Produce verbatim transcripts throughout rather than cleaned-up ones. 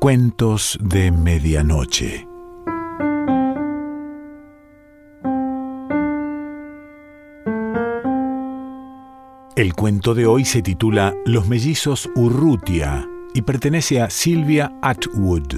Cuentos de medianoche. El cuento de hoy se titula Los mellizos Urrutia y pertenece a Sylvia Atwood.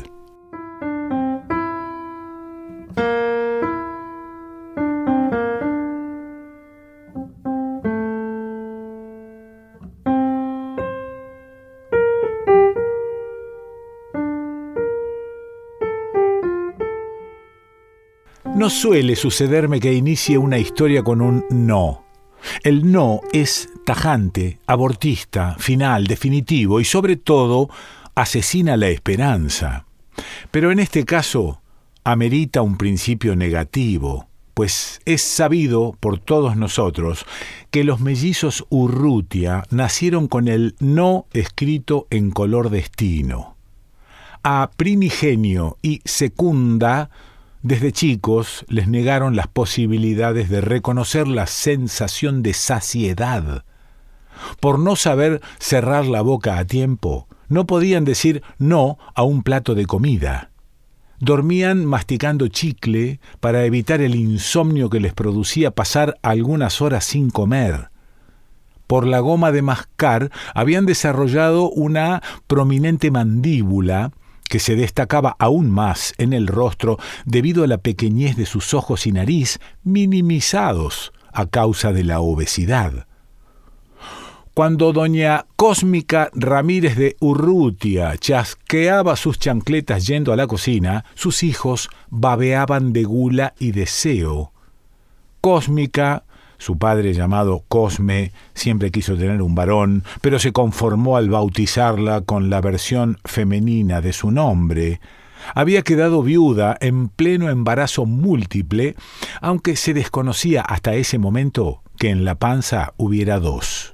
No suele sucederme que inicie una historia con un no. El no es tajante, abortista, final, definitivo y sobre todo asesina la esperanza. Pero en este caso amerita un principio negativo, pues es sabido por todos nosotros que los mellizos Urrutia nacieron con el no escrito en color destino. A Primigenio y Secunda desde chicos les negaron las posibilidades de reconocer la sensación de saciedad. Por no saber cerrar la boca a tiempo, no podían decir no a un plato de comida. Dormían masticando chicle para evitar el insomnio que les producía pasar algunas horas sin comer. Por la goma de mascar habían desarrollado una prominente mandíbula que se destacaba aún más en el rostro debido a la pequeñez de sus ojos y nariz, minimizados a causa de la obesidad. Cuando doña Cósmica Ramírez de Urrutia chasqueaba sus chancletas yendo a la cocina, sus hijos babeaban de gula y deseo. Cósmica, su padre llamado Cosme, siempre quiso tener un varón, pero se conformó al bautizarla con la versión femenina de su nombre. Había quedado viuda en pleno embarazo múltiple, aunque se desconocía hasta ese momento que en la panza hubiera dos.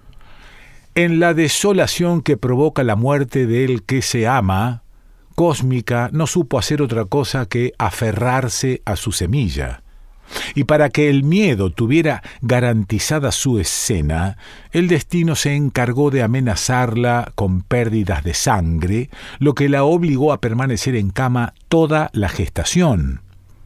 En la desolación que provoca la muerte del que se ama, Cósmica no supo hacer otra cosa que aferrarse a su semilla. Y para que el miedo tuviera garantizada su escena, el destino se encargó de amenazarla con pérdidas de sangre, lo que la obligó a permanecer en cama toda la gestación.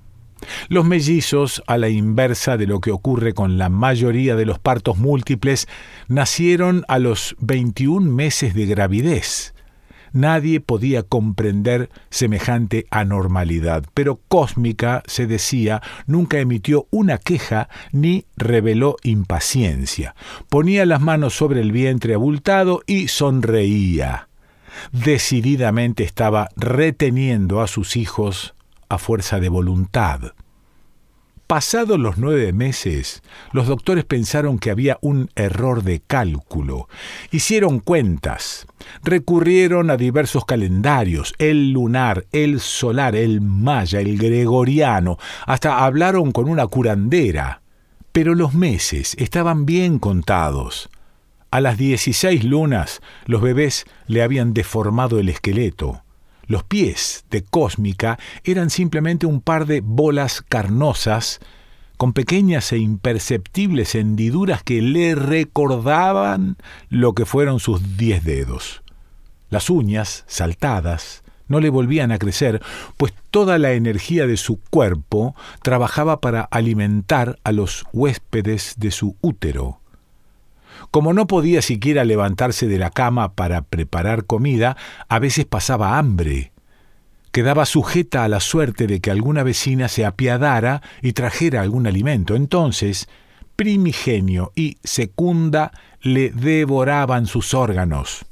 Los mellizos, a la inversa de lo que ocurre con la mayoría de los partos múltiples, nacieron a los veintiún meses de gravidez. Nadie podía comprender semejante anormalidad, pero Cósmica, se decía, nunca emitió una queja ni reveló impaciencia. Ponía las manos sobre el vientre abultado y sonreía. Decididamente estaba reteniendo a sus hijos a fuerza de voluntad. Pasados los nueve meses, los doctores pensaron que había un error de cálculo. Hicieron cuentas, recurrieron a diversos calendarios, el lunar, el solar, el maya, el gregoriano, hasta hablaron con una curandera. Pero los meses estaban bien contados. A las dieciséis lunas, los bebés le habían deformado el esqueleto. Los pies de Cósmica eran simplemente un par de bolas carnosas con pequeñas e imperceptibles hendiduras que le recordaban lo que fueron sus diez dedos. Las uñas, saltadas, no le volvían a crecer, pues toda la energía de su cuerpo trabajaba para alimentar a los huéspedes de su útero. Como no podía siquiera levantarse de la cama para preparar comida, a veces pasaba hambre. Quedaba sujeta a la suerte de que alguna vecina se apiadara y trajera algún alimento. Entonces, Primigenio y Secunda le devoraban sus órganos.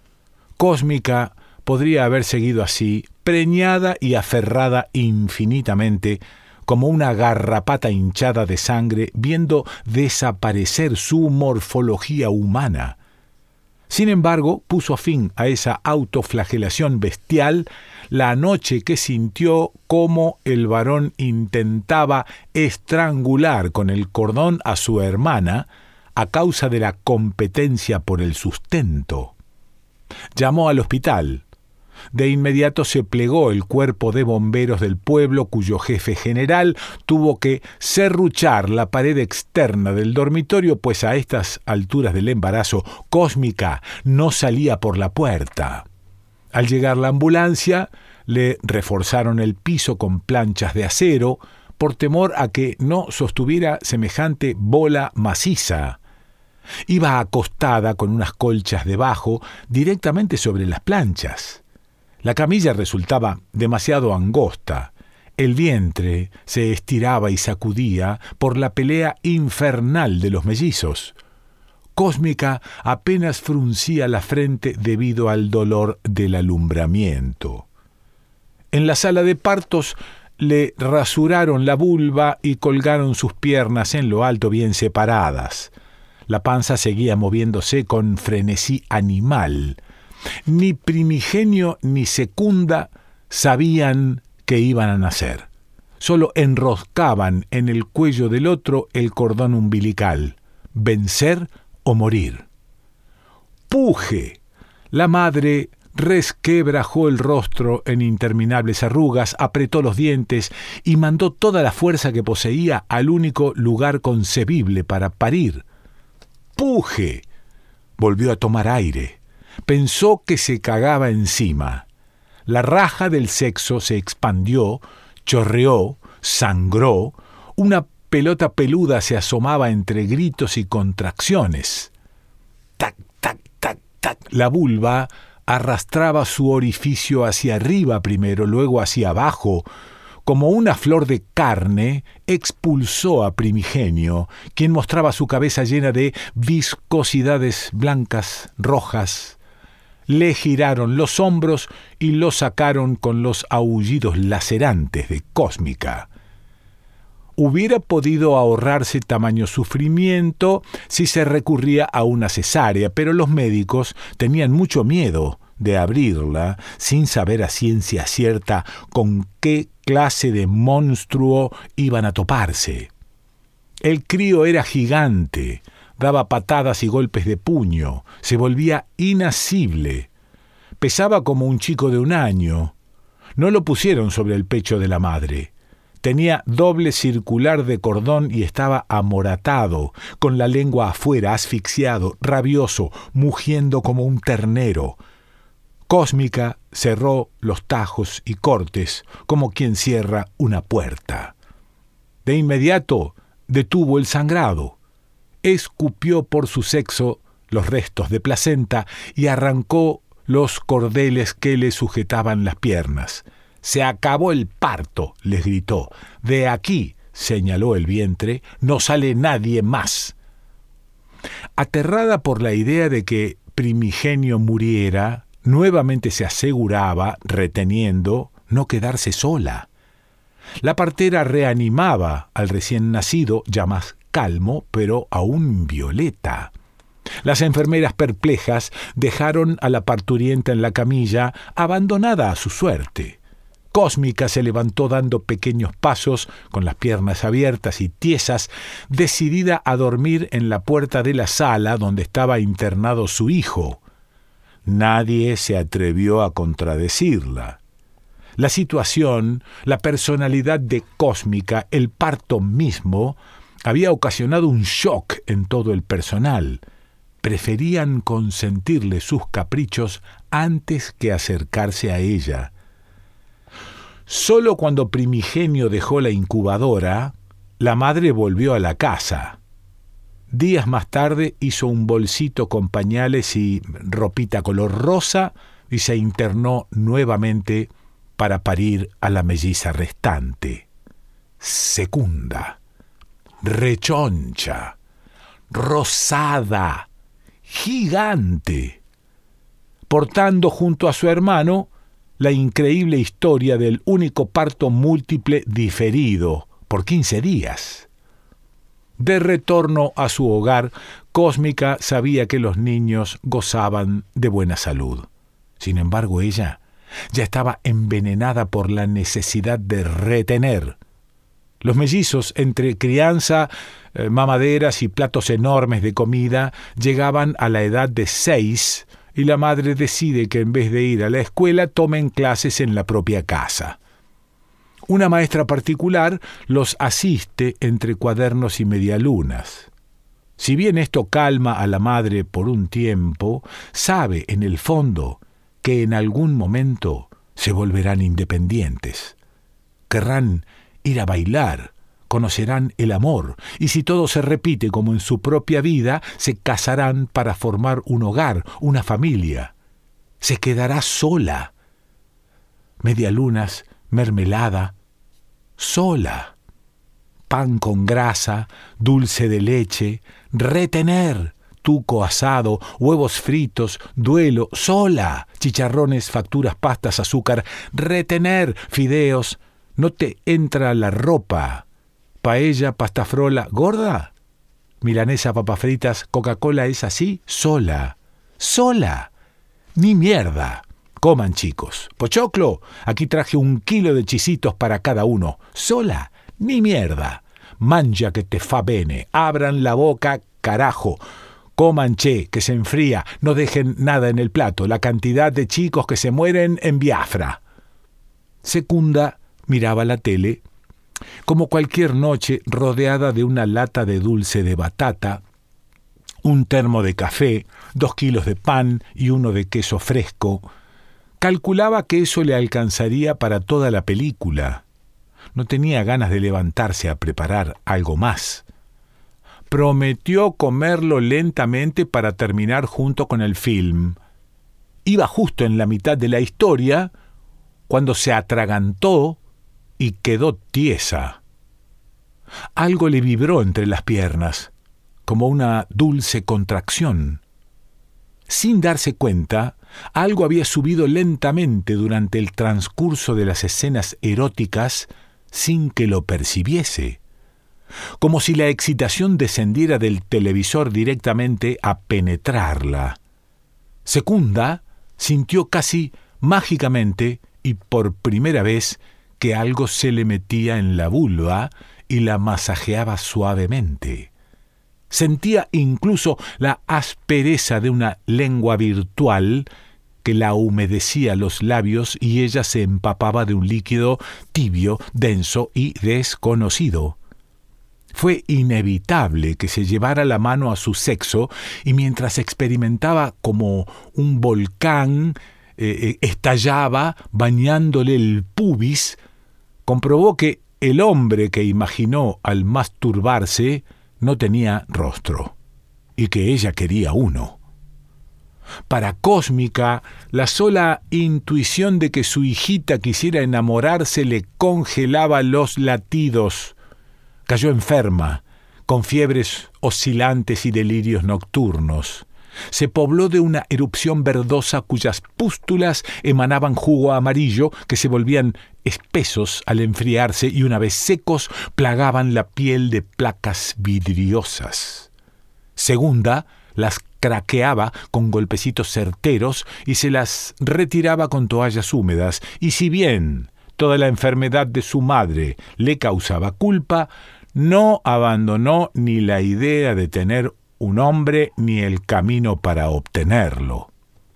Cósmica podría haber seguido así, preñada y aferrada infinitamente, como una garrapata hinchada de sangre, viendo desaparecer su morfología humana. Sin embargo, puso fin a esa autoflagelación bestial la noche que sintió cómo el varón intentaba estrangular con el cordón a su hermana a causa de la competencia por el sustento. Llamó al hospital. De inmediato se plegó el cuerpo de bomberos del pueblo, cuyo jefe general tuvo que serruchar la pared externa del dormitorio, pues a estas alturas del embarazo, Cósmica no salía por la puerta. Al llegar la ambulancia, le reforzaron el piso con planchas de acero por temor a que no sostuviera semejante bola maciza. Iba acostada con unas colchas debajo directamente sobre las planchas. La camilla resultaba demasiado angosta. El vientre se estiraba y sacudía por la pelea infernal de los mellizos. Cósmica apenas fruncía la frente debido al dolor del alumbramiento. En la sala de partos le rasuraron la vulva y colgaron sus piernas en lo alto bien separadas. La panza seguía moviéndose con frenesí animal. Ni Primigenio ni Secunda sabían que iban a nacer. Solo enroscaban en el cuello del otro el cordón umbilical. Vencer o morir. ¡Puje! La madre resquebrajó el rostro en interminables arrugas, apretó los dientes y mandó toda la fuerza que poseía al único lugar concebible para parir. ¡Puje! Volvió a tomar aire. Pensó que se cagaba encima. La raja del sexo se expandió, chorreó, sangró. Una pelota peluda se asomaba entre gritos y contracciones. Tac, tac, tac, tac. La vulva arrastraba su orificio hacia arriba primero, luego hacia abajo. Como una flor de carne, expulsó a Primigenio, quien mostraba su cabeza llena de viscosidades blancas, rojas. Le giraron los hombros y lo sacaron con los aullidos lacerantes de Cósmica. Hubiera podido ahorrarse tamaño sufrimiento si se recurría a una cesárea, pero los médicos tenían mucho miedo de abrirla sin saber a ciencia cierta con qué clase de monstruo iban a toparse. El crío era gigante, daba patadas y golpes de puño, se volvía inasible. Pesaba como un chico de un año. No lo pusieron sobre el pecho de la madre. Tenía doble circular de cordón y estaba amoratado, con la lengua afuera, asfixiado, rabioso, mugiendo como un ternero. Cósmica cerró los tajos y cortes como quien cierra una puerta. De inmediato detuvo el sangrado. Escupió por su sexo los restos de placenta y arrancó los cordeles que le sujetaban las piernas. «Se acabó el parto», les gritó. «De aquí», señaló el vientre, «no sale nadie más». Aterrada por la idea de que Primigenio muriera, nuevamente se aseguraba, reteniendo, no quedarse sola. La partera reanimaba al recién nacido, ya más calmo, pero aún violeta. Las enfermeras perplejas dejaron a la parturienta en la camilla, abandonada a su suerte. Cósmica se levantó dando pequeños pasos, con las piernas abiertas y tiesas, decidida a dormir en la puerta de la sala donde estaba internado su hijo. Nadie se atrevió a contradecirla. La situación, la personalidad de Cósmica, el parto mismo, había ocasionado un shock en todo el personal. Preferían consentirle sus caprichos antes que acercarse a ella. Solo cuando Primigenio dejó la incubadora, la madre volvió a la casa. Días más tarde hizo un bolsito con pañales y ropita color rosa y se internó nuevamente para parir a la melliza restante. Secunda, rechoncha, rosada, gigante, portando junto a su hermano la increíble historia del único parto múltiple diferido por quince días. De retorno a su hogar, Cósmica sabía que los niños gozaban de buena salud. Sin embargo, ella ya estaba envenenada por la necesidad de retener. Los mellizos, entre crianza, eh, mamaderas y platos enormes de comida, llegaban a la edad de seis y la madre decide que en vez de ir a la escuela tomen clases en la propia casa. Una maestra particular los asiste entre cuadernos y medialunas. Si bien esto calma a la madre por un tiempo, sabe en el fondo que en algún momento se volverán independientes. Querrán ir a bailar, conocerán el amor, y si todo se repite como en su propia vida, se casarán para formar un hogar, una familia. Se quedará sola. Medialunas, mermelada, sola. Pan con grasa, dulce de leche, retener, tuco asado, huevos fritos, duelo, sola, chicharrones, facturas, pastas, azúcar, retener, fideos, no te entra la ropa, paella, pasta frola, gorda, milanesa, papas fritas, Coca-Cola es así, sola, sola, ni mierda. Coman, chicos. Pochoclo, aquí traje un kilo de chisitos para cada uno, sola, ni mierda. Mangia que te fa bene, abran la boca, carajo. Coman, che, que se enfría, no dejen nada en el plato, la cantidad de chicos que se mueren en Biafra. Secunda miraba la tele, como cualquier noche, rodeada de una lata de dulce de batata, un termo de café, dos kilos de pan y uno de queso fresco. Calculaba que eso le alcanzaría para toda la película. No tenía ganas de levantarse a preparar algo más. Prometió comerlo lentamente para terminar junto con el film. Iba justo en la mitad de la historia cuando se atragantó y quedó tiesa. Algo le vibró entre las piernas, como una dulce contracción. Sin darse cuenta, algo había subido lentamente durante el transcurso de las escenas eróticas sin que lo percibiese, como si la excitación descendiera del televisor directamente a penetrarla. Secunda sintió casi mágicamente y por primera vez que algo se le metía en la vulva y la masajeaba suavemente. Sentía incluso la aspereza de una lengua virtual que la humedecía los labios y ella se empapaba de un líquido tibio, denso y desconocido. Fue inevitable que se llevara la mano a su sexo y mientras experimentaba como un volcán eh, estallaba bañándole el pubis, comprobó que el hombre que imaginó al masturbarse no tenía rostro y que ella quería uno. Para Cósmica, la sola intuición de que su hijita quisiera enamorarse le congelaba los latidos. Cayó enferma, con fiebres oscilantes y delirios nocturnos. Se pobló de una erupción verdosa cuyas pústulas emanaban jugo amarillo que se volvían espesos al enfriarse y una vez secos plagaban la piel de placas vidriosas. Segunda, las craqueaba con golpecitos certeros y se las retiraba con toallas húmedas, y si bien toda la enfermedad de su madre le causaba culpa, no abandonó ni la idea de tener un hombre ni el camino para obtenerlo.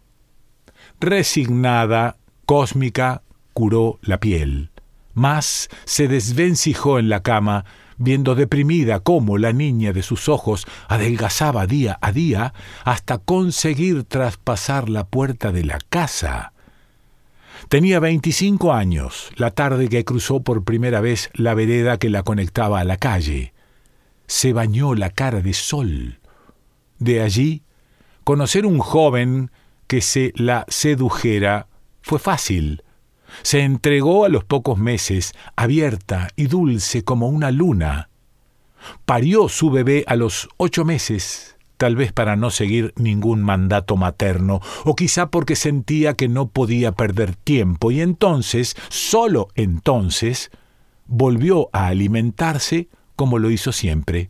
Resignada, Cósmica curó la piel, mas se desvencijó en la cama, viendo deprimida cómo la niña de sus ojos adelgazaba día a día hasta conseguir traspasar la puerta de la casa. Tenía veinticinco años, la tarde que cruzó por primera vez la vereda que la conectaba a la calle. Se bañó la cara de sol. De allí, conocer un joven que se la sedujera fue fácil. Se entregó a los pocos meses, abierta y dulce como una luna. Parió su bebé a los ocho meses, tal vez para no seguir ningún mandato materno, o quizá porque sentía que no podía perder tiempo, y entonces, solo entonces, volvió a alimentarse como lo hizo siempre.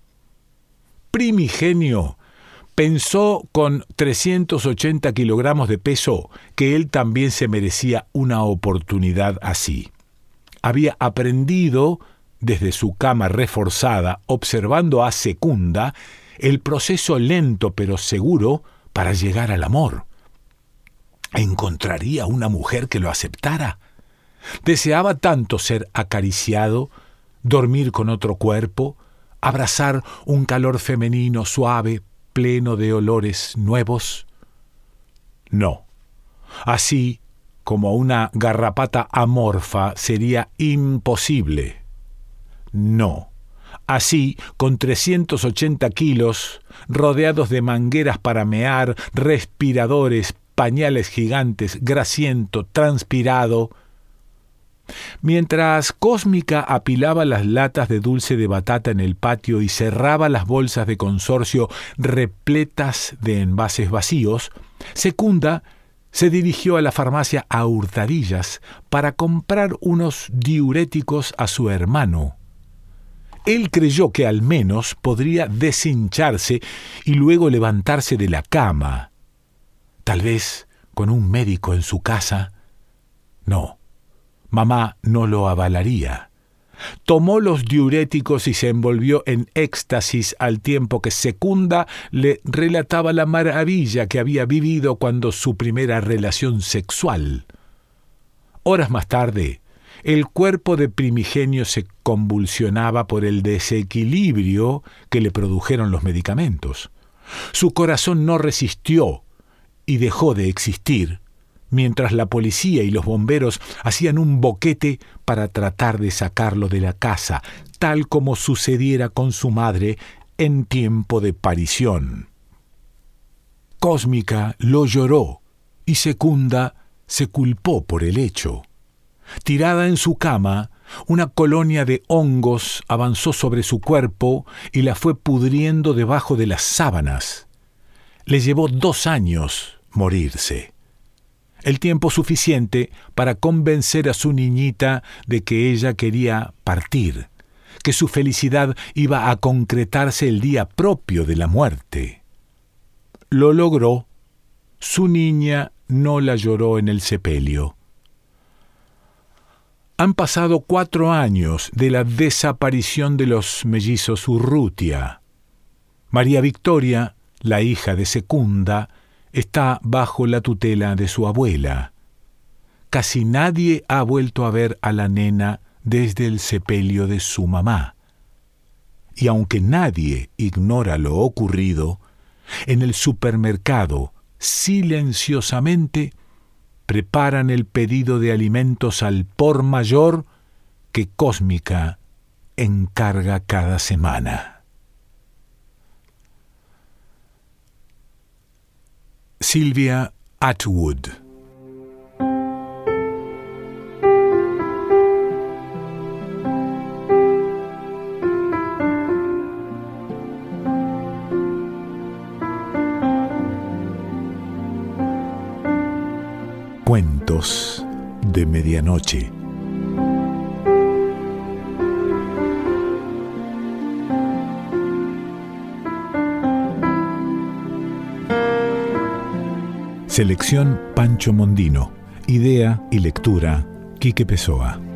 Primigenio pensó con trescientos ochenta kilogramos de peso que él también se merecía una oportunidad así. Había aprendido, desde su cama reforzada, observando a Secunda, el proceso lento pero seguro para llegar al amor. ¿Encontraría una mujer que lo aceptara? Deseaba tanto ser acariciado, dormir con otro cuerpo, abrazar un calor femenino suave, pleno de olores nuevos. No, Así como una garrapata amorfa sería imposible. No. Así, con trescientos ochenta kilos, rodeados de mangueras para mear, respiradores, pañales gigantes, grasiento, transpirado. Mientras Cósmica apilaba las latas de dulce de batata en el patio y cerraba las bolsas de consorcio repletas de envases vacíos, Secunda se dirigió a la farmacia a hurtadillas para comprar unos diuréticos a su hermano. Él creyó que al menos podría deshincharse y luego levantarse de la cama. Tal vez con un médico en su casa. No, mamá no lo avalaría. Tomó los diuréticos y se envolvió en éxtasis al tiempo que Secunda le relataba la maravilla que había vivido cuando su primera relación sexual. Horas más tarde, el cuerpo de Primigenio se convulsionaba por el desequilibrio que le produjeron los medicamentos. Su corazón no resistió y dejó de existir, mientras la policía y los bomberos hacían un boquete para tratar de sacarlo de la casa, tal como sucediera con su madre en tiempo de parición. Cósmica lo lloró y Secunda se culpó por el hecho. Tirada en su cama, una colonia de hongos avanzó sobre su cuerpo y la fue pudriendo debajo de las sábanas. Le llevó dos años morirse. El tiempo suficiente para convencer a su niñita de que ella quería partir, que su felicidad iba a concretarse el día propio de la muerte. Lo logró. Su niña no la lloró en el sepelio. Han pasado cuatro años de la desaparición de los mellizos Urrutia. María Victoria, la hija de Secunda, está bajo la tutela de su abuela. Casi nadie ha vuelto a ver a la nena desde el sepelio de su mamá. Y aunque nadie ignora lo ocurrido, en el supermercado, silenciosamente, preparan el pedido de alimentos al por mayor que Cósmica encarga cada semana. Sylvia Atwood. Cuentos de medianoche. Selección Pancho Mondino. Idea y lectura Quique Pessoa.